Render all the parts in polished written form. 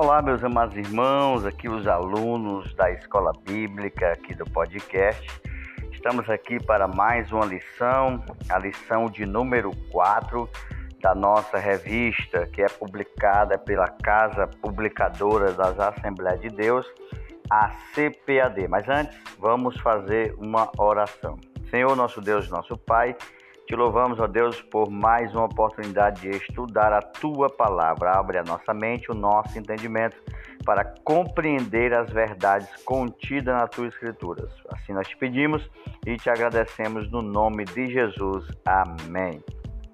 Olá, meus amados irmãos, aqui os alunos da Escola Bíblica, aqui do podcast. Estamos aqui para mais uma lição, a lição de número 4 da nossa revista, que é publicada pela Casa Publicadora das Assembleias de Deus, a CPAD. Mas antes, vamos fazer uma oração. Senhor, nosso Deus, nosso Pai, te louvamos, ó Deus, por mais uma oportunidade de estudar a Tua Palavra. Abre a nossa mente, o nosso entendimento, para compreender as verdades contidas nas Tuas Escrituras. Assim nós te pedimos e te agradecemos no nome de Jesus. Amém.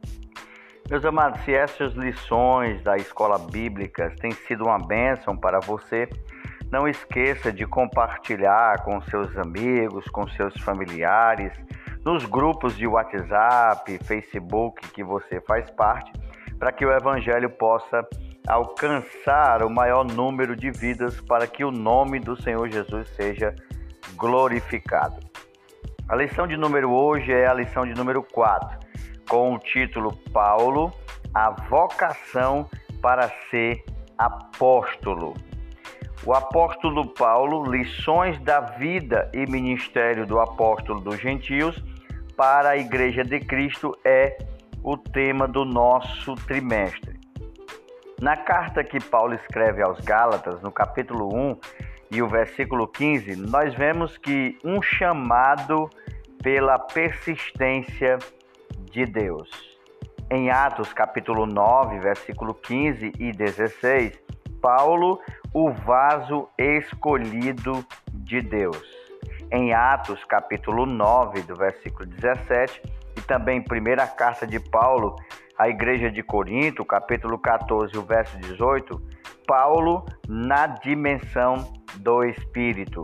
Meus amados, se essas lições da Escola Bíblica têm sido uma bênção para você, não esqueça de compartilhar com seus amigos, com seus familiares, nos grupos de WhatsApp, Facebook que você faz parte, para que o Evangelho possa alcançar o maior número de vidas, para que o nome do Senhor Jesus seja glorificado. A lição de número hoje é a lição de número 4, com o título Paulo, a vocação para ser apóstolo. O apóstolo Paulo, lições da vida e ministério do apóstolo dos gentios para a Igreja de Cristo é o tema do nosso trimestre. Na carta que Paulo escreve aos Gálatas, no capítulo 1 e o versículo 15, nós vemos que um chamado pela persistência de Deus. Em Atos, capítulo 9, versículo 15 e 16, Paulo, o vaso escolhido de Deus. Em Atos, capítulo 9, do versículo 17, e também primeira carta de Paulo à Igreja de Corinto, capítulo 14, o verso 18, Paulo na dimensão do Espírito.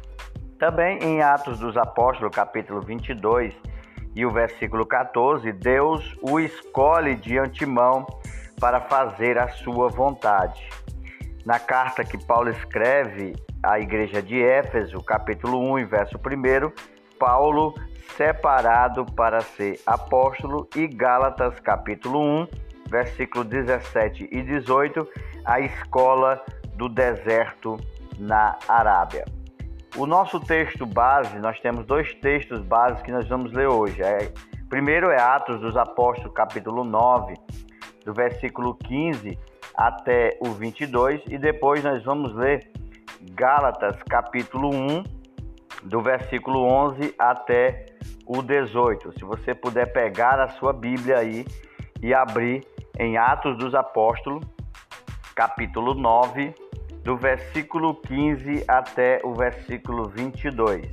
Também em Atos dos Apóstolos, capítulo 22 e o versículo 14, Deus o escolhe de antemão para fazer a sua vontade. Na carta que Paulo escreve à igreja de Éfeso, capítulo 1 e verso 1, Paulo separado para ser apóstolo, e Gálatas, capítulo 1, versículo 17 e 18, a escola do deserto na Arábia. O nosso texto base, nós temos dois textos bases que nós vamos ler hoje. Primeiro é Atos dos Apóstolos, capítulo 9, do versículo 15 até o 22, e depois nós vamos ler Gálatas, capítulo 1, do versículo 11 até o 18. Se você puder pegar a sua Bíblia aí e abrir em Atos dos Apóstolos, capítulo 9, do versículo 15 até o versículo 22.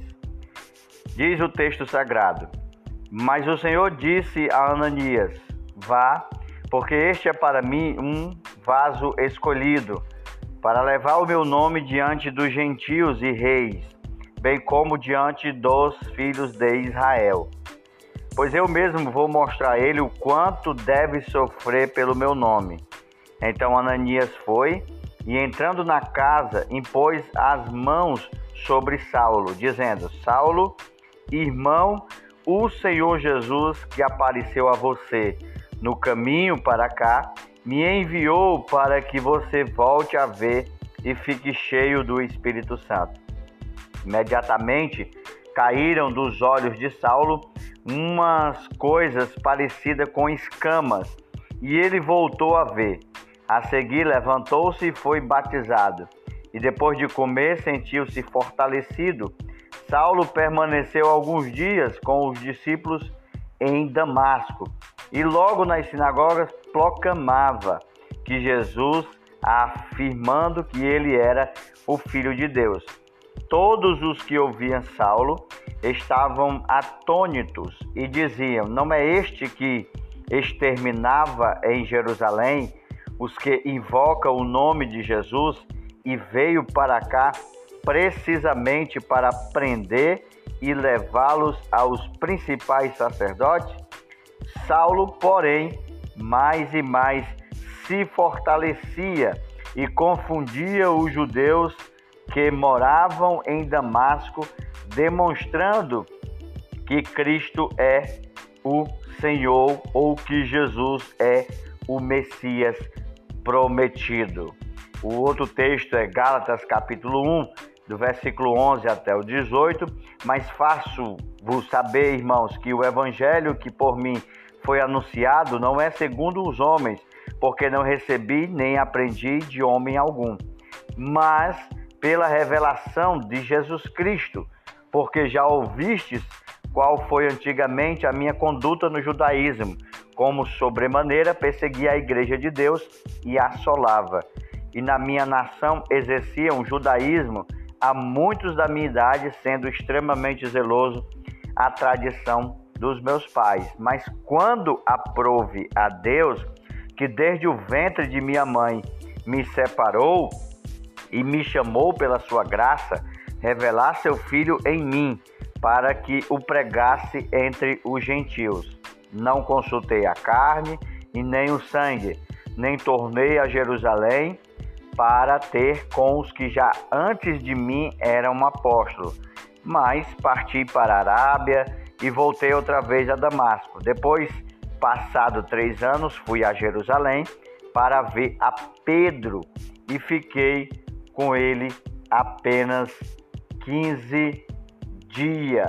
Diz o texto sagrado: Mas o Senhor disse a Ananias: Vá, porque este é para mim um vaso escolhido, para levar o meu nome diante dos gentios e reis, bem como diante dos filhos de Israel. Pois eu mesmo vou mostrar a ele o quanto deve sofrer pelo meu nome. Então Ananias foi, e entrando na casa, impôs as mãos sobre Saulo, dizendo: Saulo, irmão, o Senhor Jesus, que apareceu a você no caminho para cá, me enviou para que você volte a ver e fique cheio do Espírito Santo. Imediatamente caíram dos olhos de Saulo umas coisas parecidas com escamas, e ele voltou a ver. A seguir levantou-se e foi batizado, e depois de comer sentiu-se fortalecido. Saulo permaneceu alguns dias com os discípulos em Damasco, e logo nas sinagogas proclamava que Jesus, afirmando que ele era o Filho de Deus. Todos os que ouviam Saulo estavam atônitos e diziam: Não é este que exterminava em Jerusalém os que invocam o nome de Jesus e veio para cá precisamente para prender e levá-los aos principais sacerdotes? Saulo, porém, mais e mais se fortalecia e confundia os judeus que moravam em Damasco, demonstrando que Cristo é o Senhor, ou que Jesus é o Messias prometido. O outro texto é Gálatas capítulo 1, do versículo 11 até o 18, mas faço-vos saber, irmãos, que o evangelho que por mim foi anunciado não é segundo os homens, porque não recebi nem aprendi de homem algum, mas pela revelação de Jesus Cristo, porque já ouvistes qual foi antigamente a minha conduta no judaísmo, como sobremaneira perseguia a igreja de Deus e a assolava. E na minha nação exercia um judaísmo a muitos da minha idade, sendo extremamente zeloso a tradição dos meus pais. Mas quando aprouve a Deus, que desde o ventre de minha mãe me separou e me chamou pela sua graça, revelar seu Filho em mim, para que o pregasse entre os gentios. Não consultei a carne e nem o sangue, nem tornei a Jerusalém para ter com os que já antes de mim eram apóstolos, mas parti para a Arábia e voltei outra vez a Damasco. Depois, passado 3 anos, fui a Jerusalém para ver a Pedro e fiquei com ele apenas 15 dias.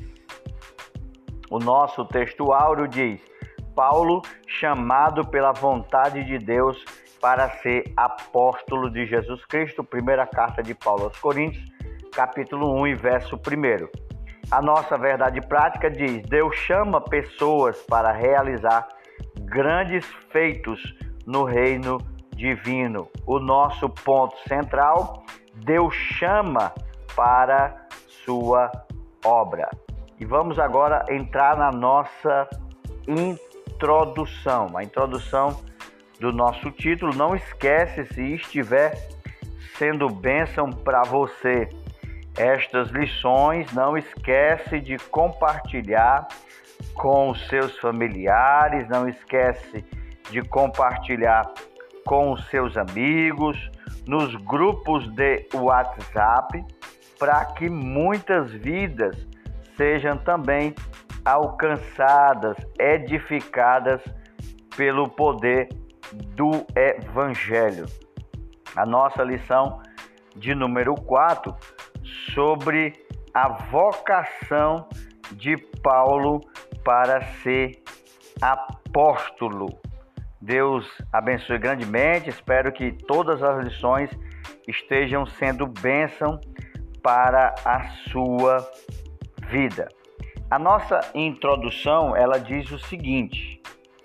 O nosso texto áureo diz: Paulo, chamado pela vontade de Deus para ser apóstolo de Jesus Cristo. Primeira carta de Paulo aos Coríntios, capítulo 1 e verso 1. A nossa verdade prática diz: Deus chama pessoas para realizar grandes feitos no reino divino. O nosso ponto central: Deus chama para sua obra. E vamos agora entrar na nossa introdução. A introdução do nosso título. Não esquece, se estiver sendo bênção para você estas lições, não esquece de compartilhar com os seus familiares, não esquece de compartilhar com os seus amigos, nos grupos de WhatsApp, para que muitas vidas sejam também alcançadas, edificadas pelo poder do Evangelho. A nossa lição de número 4 sobre a vocação de Paulo para ser apóstolo. Deus abençoe grandemente. Espero que todas as lições estejam sendo bênção para a sua vida. A nossa introdução, ela diz o seguinte: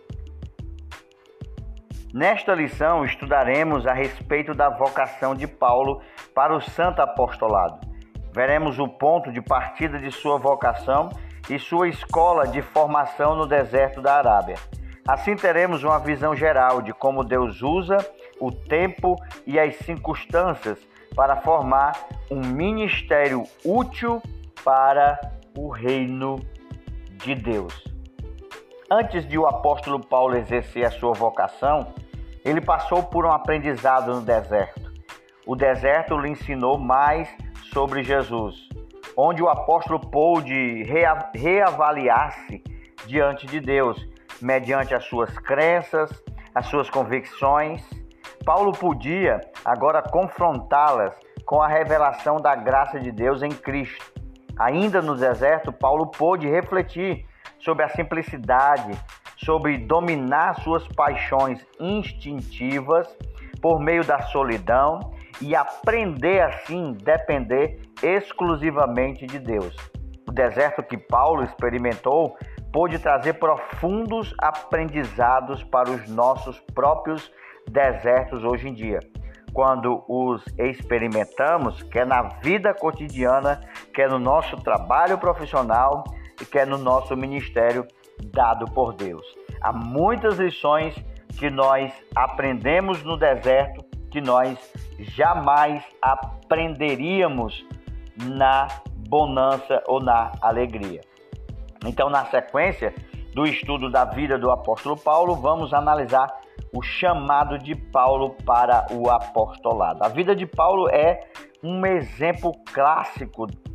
nesta lição estudaremos a respeito da vocação de Paulo para o santo apostolado. Veremos o ponto de partida de sua vocação e sua escola de formação no deserto da Arábia. Assim teremos uma visão geral de como Deus usa o tempo e as circunstâncias para formar um ministério útil para o reino de Deus. Antes de o apóstolo Paulo exercer a sua vocação, ele passou por um aprendizado no deserto. O deserto lhe ensinou mais sobre Jesus, onde o apóstolo pôde reavaliar-se diante de Deus, mediante as suas crenças, as suas convicções. Paulo podia agora confrontá-las com a revelação da graça de Deus em Cristo. Ainda no deserto, Paulo pôde refletir sobre a simplicidade, sobre dominar suas paixões instintivas por meio da solidão e aprender assim depender exclusivamente de Deus. O deserto que Paulo experimentou pôde trazer profundos aprendizados para os nossos próprios desertos hoje em dia, quando os experimentamos, quer na vida cotidiana, quer no nosso trabalho profissional e quer no nosso ministério dado por Deus. Há muitas lições que nós aprendemos no deserto que nós jamais aprenderíamos na bonança ou na alegria. Então, na sequência do estudo da vida do apóstolo Paulo, vamos analisar o chamado de Paulo para o apostolado. A vida de Paulo é um exemplo clássico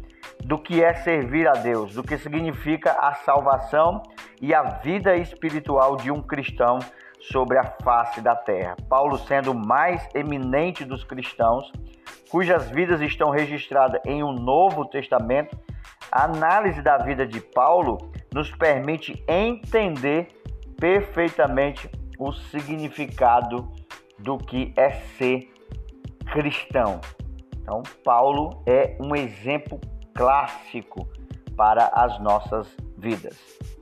do que é servir a Deus, do que significa a salvação e a vida espiritual de um cristão sobre a face da terra. Paulo, sendo o mais eminente dos cristãos, cujas vidas estão registradas em um Novo Testamento, a análise da vida de Paulo nos permite entender perfeitamente o significado do que é ser cristão. Então, Paulo é um exemplo clássico para as nossas vidas.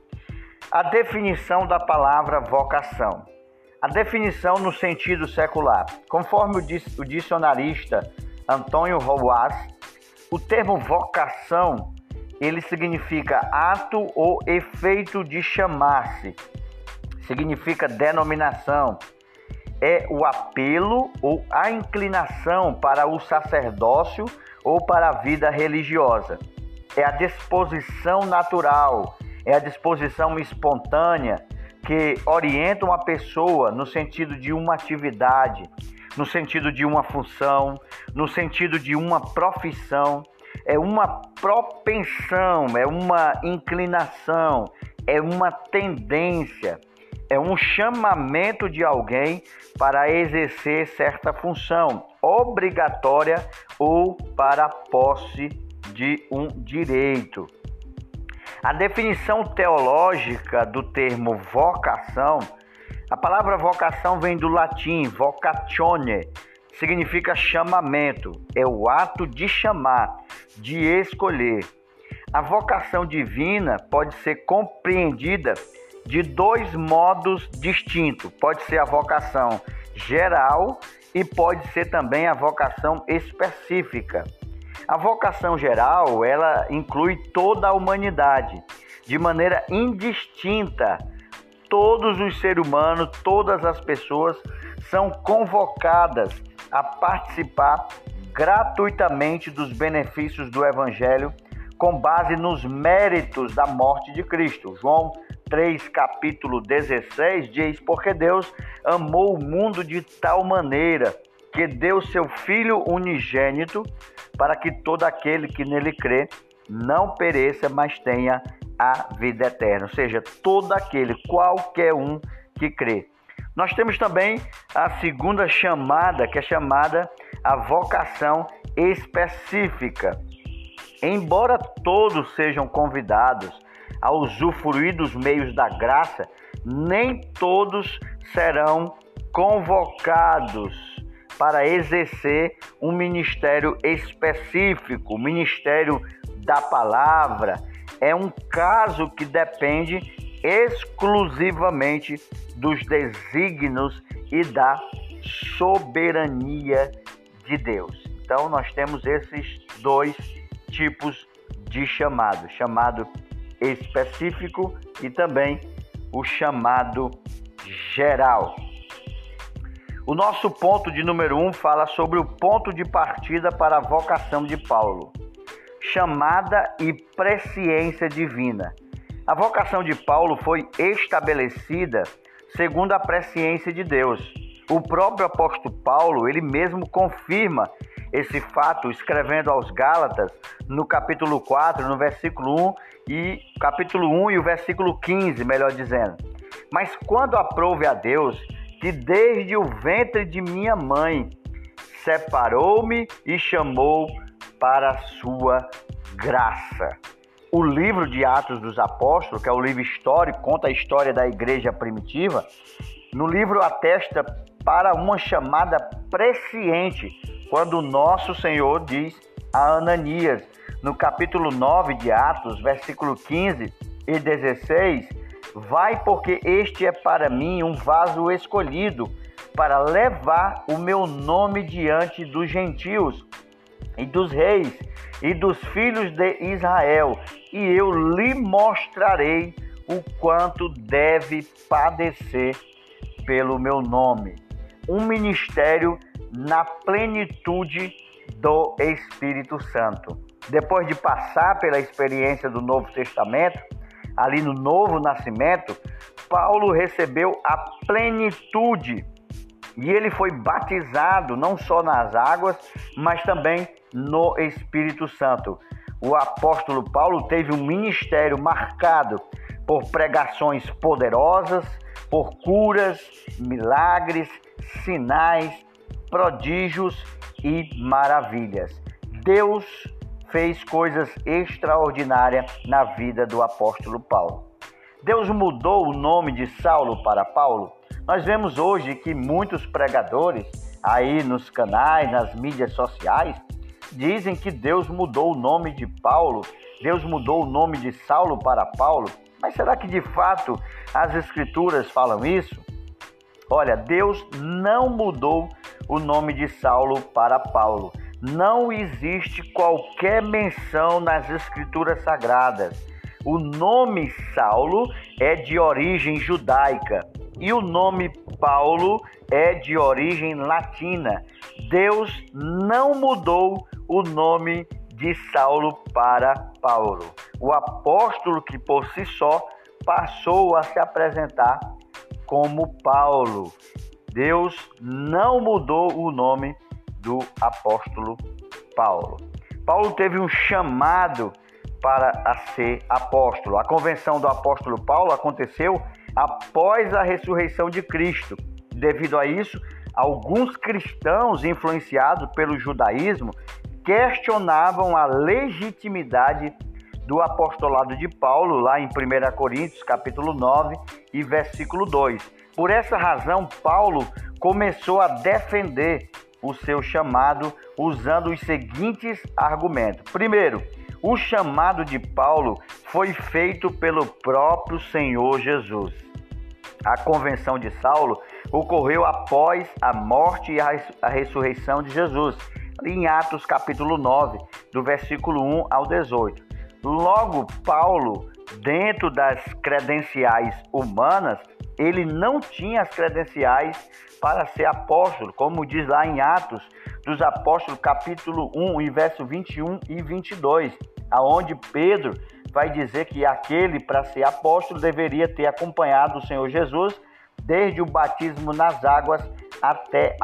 A definição da palavra vocação. A definição no sentido secular. Conforme o dicionarista Antônio Roas, o termo vocação, ele significa ato ou efeito de chamar-se. Significa denominação. É o apelo ou a inclinação para o sacerdócio ou para a vida religiosa. É a disposição natural, é a disposição espontânea que orienta uma pessoa no sentido de uma atividade, no sentido de uma função, no sentido de uma profissão. É uma propensão, é uma inclinação, é uma tendência, é um chamamento de alguém para exercer certa função obrigatória ou para a posse de um direito. A definição teológica do termo vocação, a palavra vocação vem do latim vocatione, significa chamamento, é o ato de chamar, de escolher. A vocação divina pode ser compreendida de dois modos distintos. Pode ser a vocação geral e pode ser também a vocação específica. A vocação geral, ela inclui toda a humanidade, de maneira indistinta. Todos os seres humanos, todas as pessoas são convocadas a participar gratuitamente dos benefícios do Evangelho com base nos méritos da morte de Cristo. João 3, capítulo 16 diz: porque Deus amou o mundo de tal maneira que deu seu Filho unigênito para que todo aquele que nele crê não pereça, mas tenha a vida eterna. Ou seja, todo aquele, qualquer um que crê. Nós temos também a segunda chamada, que é chamada a vocação específica. Embora todos sejam convidados a usufruir dos meios da graça, nem todos serão convocados para exercer um ministério específico, o ministério da palavra. É um caso que depende exclusivamente dos desígnios e da soberania de Deus. Então, nós temos esses dois tipos de chamado específico e também o chamado geral. O nosso ponto de número 1 fala sobre o ponto de partida para a vocação de Paulo. Chamada e presciência divina. A vocação de Paulo foi estabelecida segundo a presciência de Deus. O próprio apóstolo Paulo, ele mesmo confirma esse fato, escrevendo aos Gálatas, no capítulo 4, no versículo 1, e capítulo 1 e o versículo 15, melhor dizendo. Mas quando aprouve a Deus, que desde o ventre de minha mãe separou-me e chamou para a sua graça. O livro de Atos dos Apóstolos, que é o livro histórico, conta a história da igreja primitiva. No livro atesta para uma chamada presciente, quando o nosso Senhor diz a Ananias, no capítulo 9 de Atos, versículo 15 e 16, vai, porque este é para mim um vaso escolhido para levar o meu nome diante dos gentios e dos reis e dos filhos de Israel, e eu lhe mostrarei o quanto deve padecer pelo meu nome. Um ministério na plenitude do Espírito Santo. Depois de passar pela experiência do Novo Testamento, ali no Novo Nascimento, Paulo recebeu a plenitude e ele foi batizado não só nas águas, mas também no Espírito Santo. o apóstolo Paulo teve um ministério marcado por pregações poderosas, por curas, milagres, sinais, prodígios e maravilhas. Deus fez coisas extraordinárias na vida do apóstolo Paulo. Deus mudou o nome de Saulo para Paulo. Nós vemos hoje que muitos pregadores aí nos canais, nas mídias sociais, dizem que Deus mudou o nome de Paulo, Deus mudou o nome de Saulo para Paulo. Mas será que de fato as Escrituras falam isso? Olha, Deus não mudou o nome de Saulo para Paulo. Não existe qualquer menção nas Escrituras Sagradas. O nome Saulo é de origem judaica e o nome Paulo é de origem latina. Deus não mudou o nome de Saulo para Paulo. O apóstolo que por si só passou a se apresentar como Paulo. Deus não mudou o nome do apóstolo Paulo. Paulo teve um chamado para ser apóstolo. A convenção do apóstolo Paulo aconteceu após a ressurreição de Cristo. Devido a isso, alguns cristãos influenciados pelo judaísmo questionavam a legitimidade do apostolado de Paulo, lá em 1 Coríntios, capítulo 9 e versículo 2. Por essa razão, Paulo começou a defender o seu chamado usando os seguintes argumentos. Primeiro, o chamado de Paulo foi feito pelo próprio Senhor Jesus. A convenção de Saulo ocorreu após a morte e a ressurreição de Jesus, em Atos capítulo 9, do versículo 1 ao 18. Logo, Paulo, dentro das credenciais humanas, ele não tinha as credenciais para ser apóstolo, como diz lá em Atos dos Apóstolos, capítulo 1, e verso 21 e 22, aonde Pedro vai dizer que aquele, para ser apóstolo, deveria ter acompanhado o Senhor Jesus desde o batismo nas águas até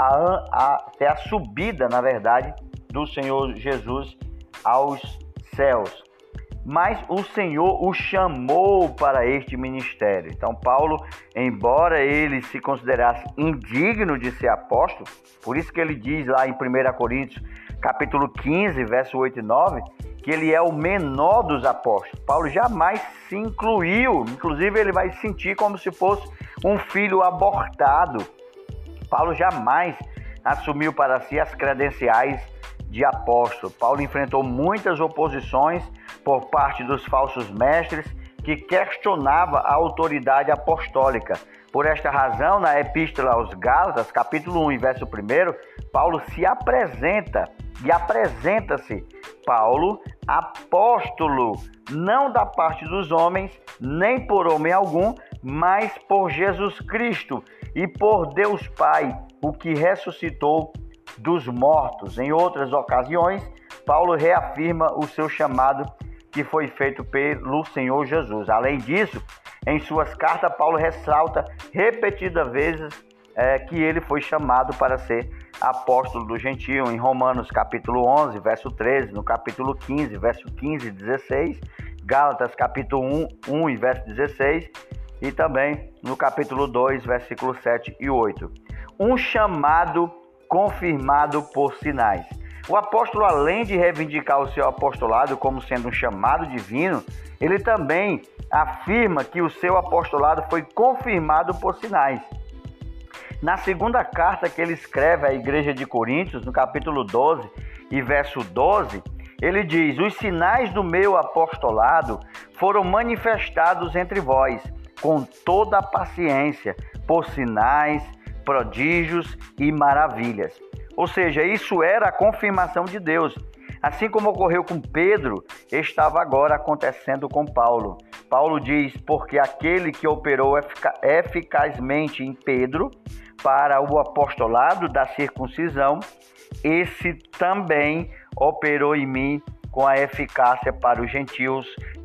a subida, na verdade, do Senhor Jesus aos céus. Mas o Senhor o chamou para este ministério. Então Paulo, embora ele se considerasse indigno de ser apóstolo, por isso que ele diz lá em 1 Coríntios, capítulo 15, verso 8 e 9, que ele é o menor dos apóstolos. Paulo jamais se incluiu, inclusive ele vai se sentir como se fosse um filho abortado. Paulo jamais assumiu para si as credenciais de apóstolo. Paulo enfrentou muitas oposições por parte dos falsos mestres que questionavam a autoridade apostólica. Por esta razão, na Epístola aos Gálatas, capítulo 1 e verso 1, Paulo se apresenta e apresenta-se Paulo, apóstolo, não da parte dos homens, nem por homem algum, mas por Jesus Cristo e por Deus Pai, o que ressuscitou dos mortos. Em outras ocasiões, Paulo reafirma o seu chamado que foi feito pelo Senhor Jesus. Além disso, em suas cartas, Paulo ressalta repetidas vezes que ele foi chamado para ser apóstolo do gentio, em Romanos capítulo 11, verso 13, no capítulo 15, verso 15 e 16, Gálatas capítulo 1 e verso 16, e também no capítulo 2, versículos 7 e 8. Um chamado confirmado por sinais. O apóstolo, além de reivindicar o seu apostolado como sendo um chamado divino, ele também afirma que o seu apostolado foi confirmado por sinais. Na segunda carta que ele escreve à igreja de Coríntios, no capítulo 12 e verso 12, ele diz: os sinais do meu apostolado foram manifestados entre vós, com toda a paciência, por sinais, prodígios e maravilhas. Ou seja, isso era a confirmação de Deus. Assim como ocorreu com Pedro, estava agora acontecendo com Paulo. Paulo diz: porque aquele que operou eficazmente em Pedro para o apostolado da circuncisão, esse também operou em mim com a eficácia para os gentios,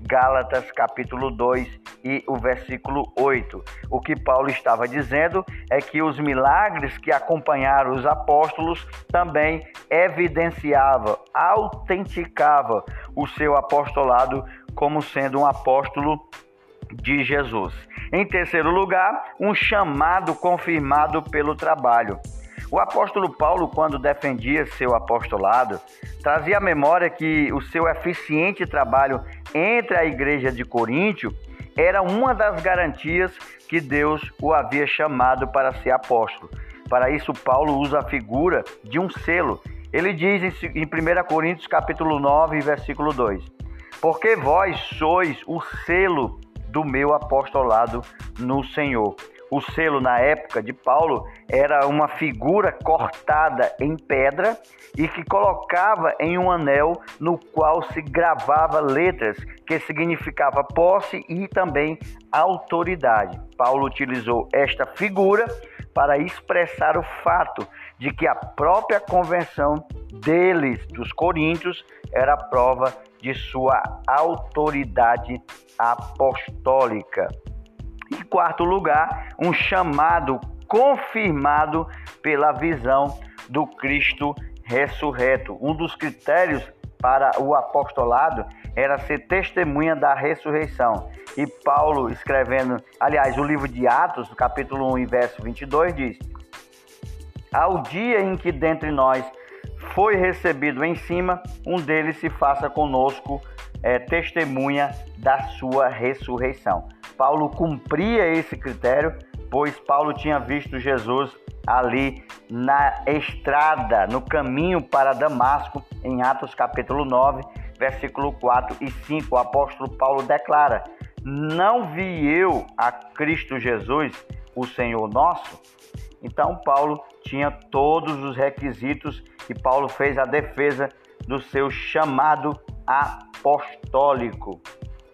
Gálatas capítulo 2 e o versículo 8. O que Paulo estava dizendo é que os milagres que acompanharam os apóstolos também evidenciavam, autenticavam o seu apostolado como sendo um apóstolo de Jesus. Em terceiro lugar, um chamado confirmado pelo trabalho. O apóstolo Paulo, quando defendia seu apostolado, trazia à memória que o seu eficiente trabalho entre a igreja de Coríntio era uma das garantias que Deus o havia chamado para ser apóstolo. Para isso, Paulo usa a figura de um selo. Ele diz em 1 Coríntios capítulo 9, versículo 2: porque vós sois o selo do meu apostolado no Senhor. O selo, na época de Paulo, era uma figura cortada em pedra e que colocava em um anel no qual se gravava letras que significava posse e também autoridade. Paulo utilizou esta figura para expressar o fato de que a própria convenção deles, dos coríntios, era prova de sua autoridade apostólica. Em quarto lugar, um chamado confirmado pela visão do Cristo ressurreto. Um dos critérios para o apostolado era ser testemunha da ressurreição. E Paulo, escrevendo, o livro de Atos, no capítulo 1 e verso 22, diz: ao dia em que dentre nós foi recebido em cima, um deles se faça conosco testemunha da sua ressurreição. Paulo cumpria esse critério, pois Paulo tinha visto Jesus ali na estrada, no caminho para Damasco, em Atos capítulo 9, versículo 4 e 5. O apóstolo Paulo declara: não vi eu a Cristo Jesus, o Senhor nosso? Então Paulo tinha todos os requisitos e Paulo fez a defesa do seu chamado apostólico.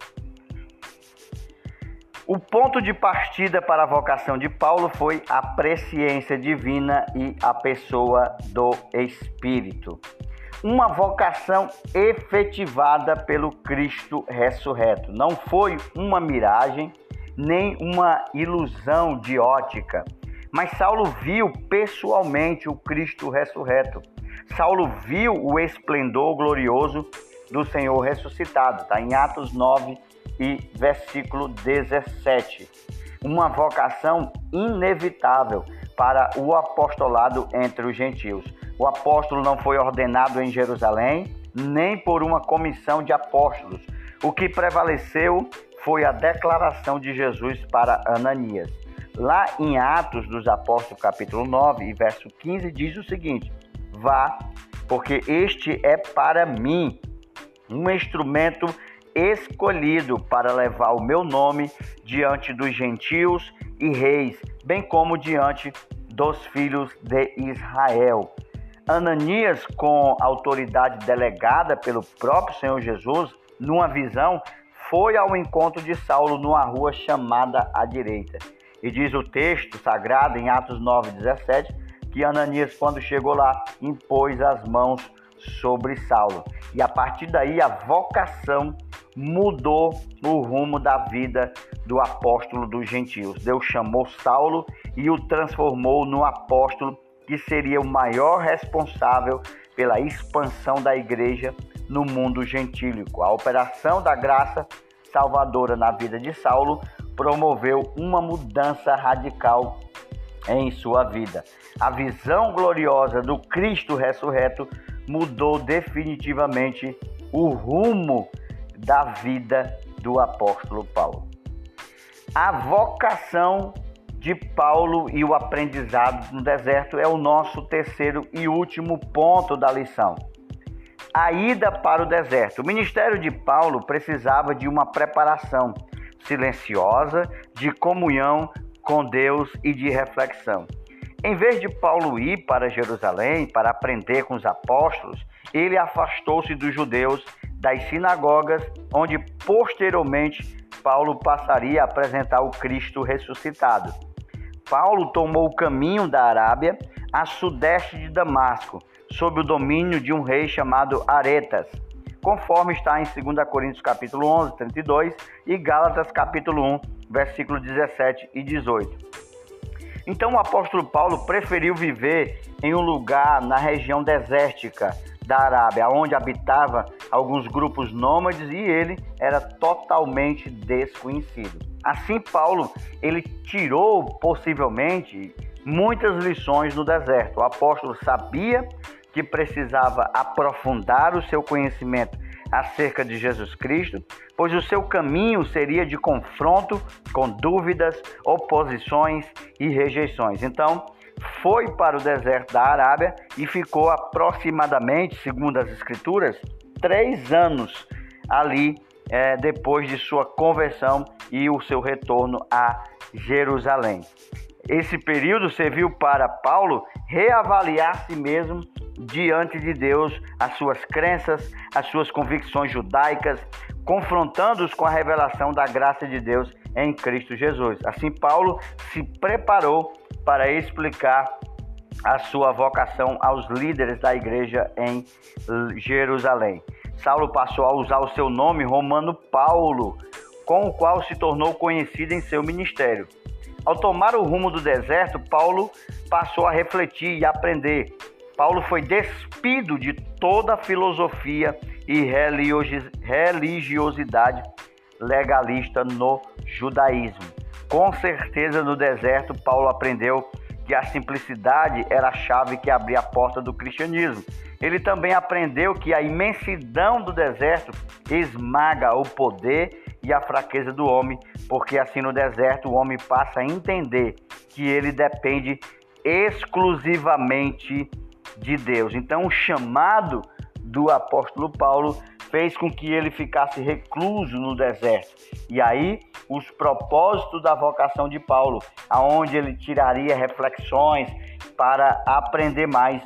O ponto de partida para a vocação de Paulo foi a presciência divina e a pessoa do Espírito. Uma vocação efetivada pelo Cristo ressurreto. Não foi uma miragem, nem uma ilusão de ótica. Mas Saulo viu pessoalmente o Cristo ressurreto. Saulo viu o esplendor glorioso do Senhor ressuscitado. Está em Atos 9 e versículo 17. Uma vocação inevitável para o apostolado entre os gentios. O apóstolo não foi ordenado em Jerusalém, nem por uma comissão de apóstolos. O que prevaleceu foi a declaração de Jesus para Ananias. Lá em Atos dos Apóstolos, capítulo 9 e verso 15, diz o seguinte: vá, porque este é para mim um instrumento escolhido para levar o meu nome diante dos gentios e reis, bem como diante dos filhos de Israel. Ananias, com autoridade delegada pelo próprio Senhor Jesus, numa visão, foi ao encontro de Saulo numa rua chamada à direita. E diz o texto sagrado em Atos 9:17 que Ananias, quando chegou lá, impôs as mãos sobre Saulo. E a partir daí a vocação mudou o rumo da vida do apóstolo dos gentios. Deus chamou Saulo e o transformou no apóstolo que seria o maior responsável pela expansão da igreja no mundo gentílico. A operação da graça salvadora na vida de Saulo promoveu uma mudança radical em sua vida. A visão gloriosa do Cristo ressurreto mudou definitivamente o rumo da vida do apóstolo Paulo. A vocação de Paulo e o aprendizado no deserto é o nosso terceiro e último ponto da lição. A ida para o deserto. O ministério de Paulo precisava de uma preparação silenciosa, de comunhão com Deus e de reflexão. Em vez de Paulo ir para Jerusalém para aprender com os apóstolos, ele afastou-se dos judeus, das sinagogas, onde posteriormente Paulo passaria a apresentar o Cristo ressuscitado. Paulo tomou o caminho da Arábia a sudeste de Damasco, sob o domínio de um rei chamado Aretas. conforme está em 2 Coríntios capítulo 11, 32 e Gálatas capítulo 1, versículos 17 e 18. Então o apóstolo Paulo preferiu viver em um lugar na região desértica da Arábia, onde habitava alguns grupos nômades e ele era totalmente desconhecido. Assim, Paulo, ele tirou possivelmente muitas lições no deserto. O apóstolo sabia que precisava aprofundar o seu conhecimento acerca de Jesus Cristo, pois o seu caminho seria de confronto com dúvidas, oposições e rejeições. Então, foi para o deserto da Arábia e ficou aproximadamente, segundo as Escrituras, 3 anos ali depois de sua conversão e o seu retorno a Jerusalém. Esse período serviu para Paulo reavaliar si mesmo diante de Deus, as suas crenças, as suas convicções judaicas, confrontando-os com a revelação da graça de Deus em Cristo Jesus. Assim, Paulo se preparou para explicar a sua vocação aos líderes da igreja em Jerusalém. Saulo passou a usar o seu nome romano Paulo, com o qual se tornou conhecido em seu ministério. Ao tomar o rumo do deserto, Paulo passou a refletir e aprender. Paulo foi despido de toda a filosofia e religiosidade legalista no judaísmo. Com certeza, no deserto, Paulo aprendeu que a simplicidade era a chave que abria a porta do cristianismo. Ele também aprendeu que a imensidão do deserto esmaga o poder e a fraqueza do homem, porque assim no deserto o homem passa a entender que ele depende exclusivamente de Deus. Então o chamado do apóstolo Paulo fez com que ele ficasse recluso no deserto. E aí os propósitos da vocação de Paulo, aonde ele tiraria reflexões para aprender mais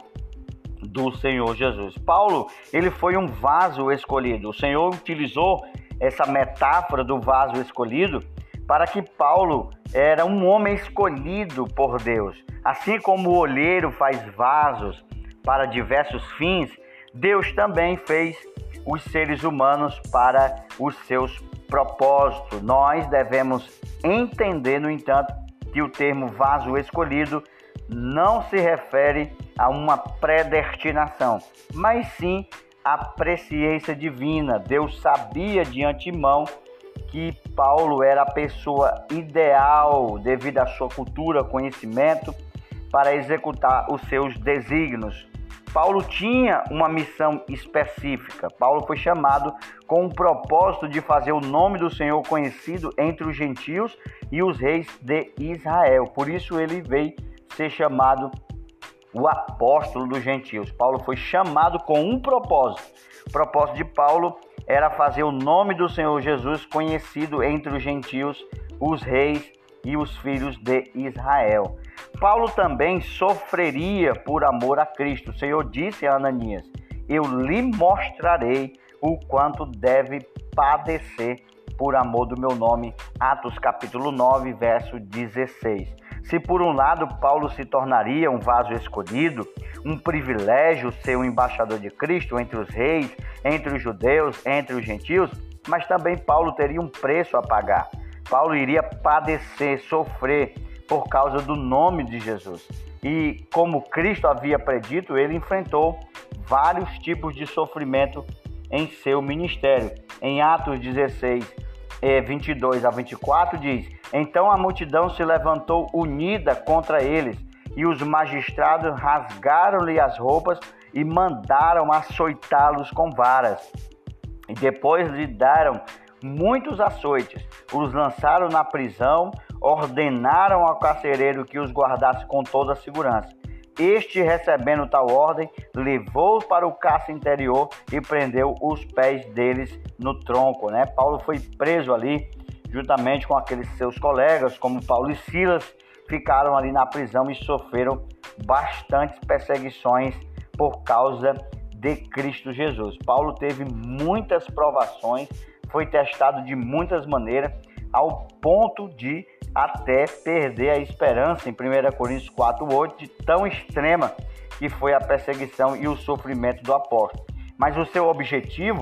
do Senhor Jesus. Paulo, ele foi um vaso escolhido. O Senhor utilizou essa metáfora do vaso escolhido para que Paulo era um homem escolhido por Deus. Assim como o olheiro faz vasos para diversos fins, Deus também fez os seres humanos para os seus propósitos. Nós devemos entender, no entanto, que o termo vaso escolhido não se refere a uma predestinação, mas sim à presciência divina. Deus sabia de antemão que Paulo era a pessoa ideal, devido à sua cultura, conhecimento, para executar os seus desígnios. Paulo tinha uma missão específica. Paulo foi chamado com o propósito de fazer o nome do Senhor conhecido entre os gentios e os reis de Israel. Por isso ele veio ser chamado o apóstolo dos gentios. Paulo foi chamado com um propósito. O propósito de Paulo era fazer o nome do Senhor Jesus conhecido entre os gentios, os reis e os filhos de Israel. Paulo também sofreria por amor a Cristo. O Senhor disse a Ananias: eu lhe mostrarei o quanto deve padecer por amor do meu nome. Atos capítulo 9, verso 16. Se por um lado Paulo se tornaria um vaso escolhido, um privilégio ser um embaixador de Cristo entre os reis, entre os judeus, entre os gentios, mas também Paulo teria um preço a pagar. Paulo iria padecer, sofrer por causa do nome de Jesus. E como Cristo havia predito, ele enfrentou vários tipos de sofrimento em seu ministério. Em Atos 16, 22 a 24 diz: então a multidão se levantou unida contra eles, e os magistrados rasgaram-lhe as roupas e mandaram açoitá-los com varas. E depois lhe deram muitos açoites, os lançaram na prisão, ordenaram ao carcereiro que os guardasse com toda a segurança. Este, recebendo tal ordem, levou-os para o cárcere interior e prendeu os pés deles no tronco. Paulo foi preso ali, juntamente com aqueles seus colegas, como Paulo e Silas, ficaram ali na prisão e sofreram bastantes perseguições por causa de Cristo Jesus. Paulo teve muitas provações, foi testado de muitas maneiras, ao ponto de até perder a esperança, em 1 Coríntios 4:8, de tão extrema que foi a perseguição e o sofrimento do apóstolo. Mas o seu objetivo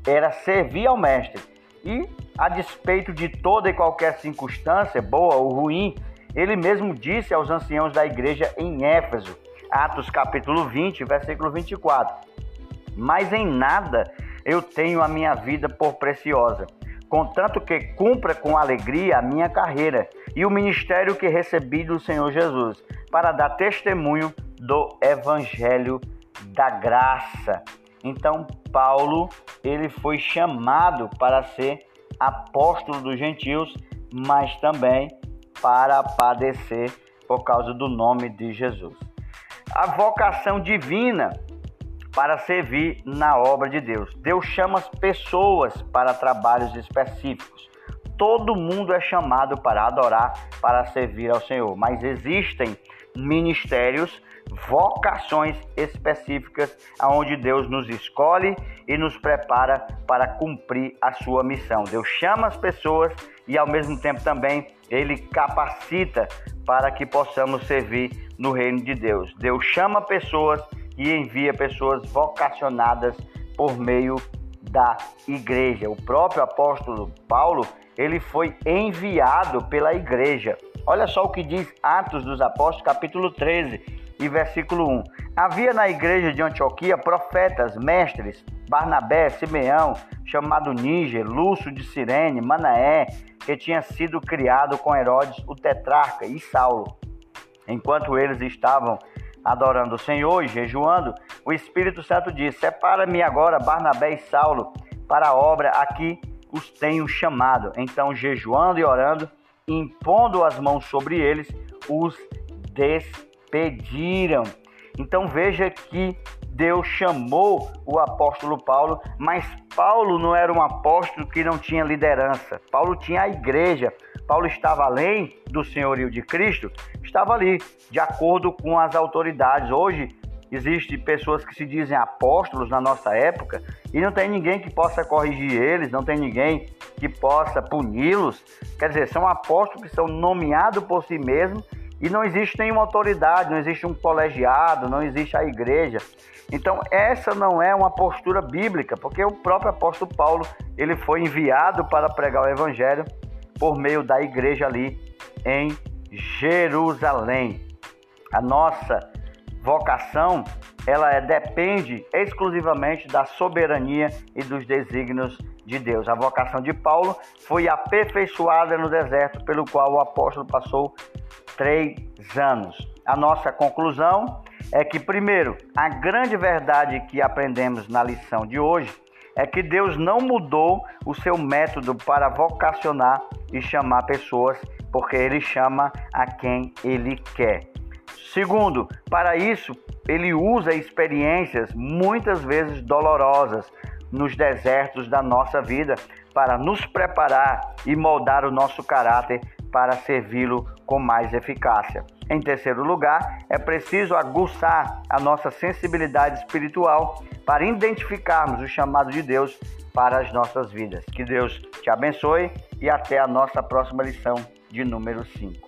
era servir ao mestre. E, a despeito de toda e qualquer circunstância, boa ou ruim, ele mesmo disse aos anciãos da igreja em Éfeso, Atos capítulo 20, versículo 24: mas em nada eu tenho a minha vida por preciosa, contanto que cumpra com alegria a minha carreira e o ministério que recebi do Senhor Jesus, para dar testemunho do evangelho da graça. Então, Paulo, ele foi chamado para ser apóstolo dos gentios, mas também para padecer por causa do nome de Jesus. A vocação divina para servir na obra de Deus. Deus chama as pessoas para trabalhos específicos. Todo mundo é chamado para adorar, para servir ao Senhor, mas existem ministérios, vocações específicas aonde Deus nos escolhe e nos prepara para cumprir a sua missão. Deus chama as pessoas e ao mesmo tempo também Ele capacita para que possamos servir no reino de Deus. Deus chama pessoas e envia pessoas vocacionadas por meio da igreja. O próprio apóstolo Paulo, ele foi enviado pela igreja. Olha só o que diz Atos dos Apóstolos, capítulo 13 e versículo 1. Havia na igreja de Antioquia profetas, mestres, Barnabé, Simeão, chamado Níger, Lúcio de Cirene, Manaé, que tinha sido criado com Herodes, o tetrarca, e Saulo. Enquanto eles estavam adorando o Senhor e jejuando, o Espírito Santo disse: separa-me agora Barnabé e Saulo para a obra a que os tenho chamado. Então, jejuando e orando, impondo as mãos sobre eles, os despediram. Então veja que Deus chamou o apóstolo Paulo, mas Paulo não era um apóstolo que não tinha liderança. Paulo tinha a igreja. Paulo estava além do senhorio de Cristo, estava ali, de acordo com as autoridades. Hoje, existem pessoas que se dizem apóstolos na nossa época e não tem ninguém que possa corrigir eles, não tem ninguém que possa puni-los. Quer dizer, são apóstolos que são nomeados por si mesmos e não existe nenhuma autoridade, não existe um colegiado, não existe a igreja. Então, essa não é uma postura bíblica, porque o próprio apóstolo Paulo, ele foi enviado para pregar o evangelho por meio da igreja ali em Jerusalém. A nossa vocação, ela depende exclusivamente da soberania e dos desígnios de Deus. A vocação de Paulo foi aperfeiçoada no deserto, pelo qual o apóstolo passou 3 anos. A nossa conclusão é que, primeiro, a grande verdade que aprendemos na lição de hoje é que Deus não mudou o seu método para vocacionar e chamar pessoas, porque Ele chama a quem Ele quer. Segundo, para isso, Ele usa experiências muitas vezes dolorosas nos desertos da nossa vida para nos preparar e moldar o nosso caráter para servi-lo com mais eficácia. Em terceiro lugar, é preciso aguçar a nossa sensibilidade espiritual para identificarmos o chamado de Deus para as nossas vidas. Que Deus te abençoe e até a nossa próxima lição de número 5.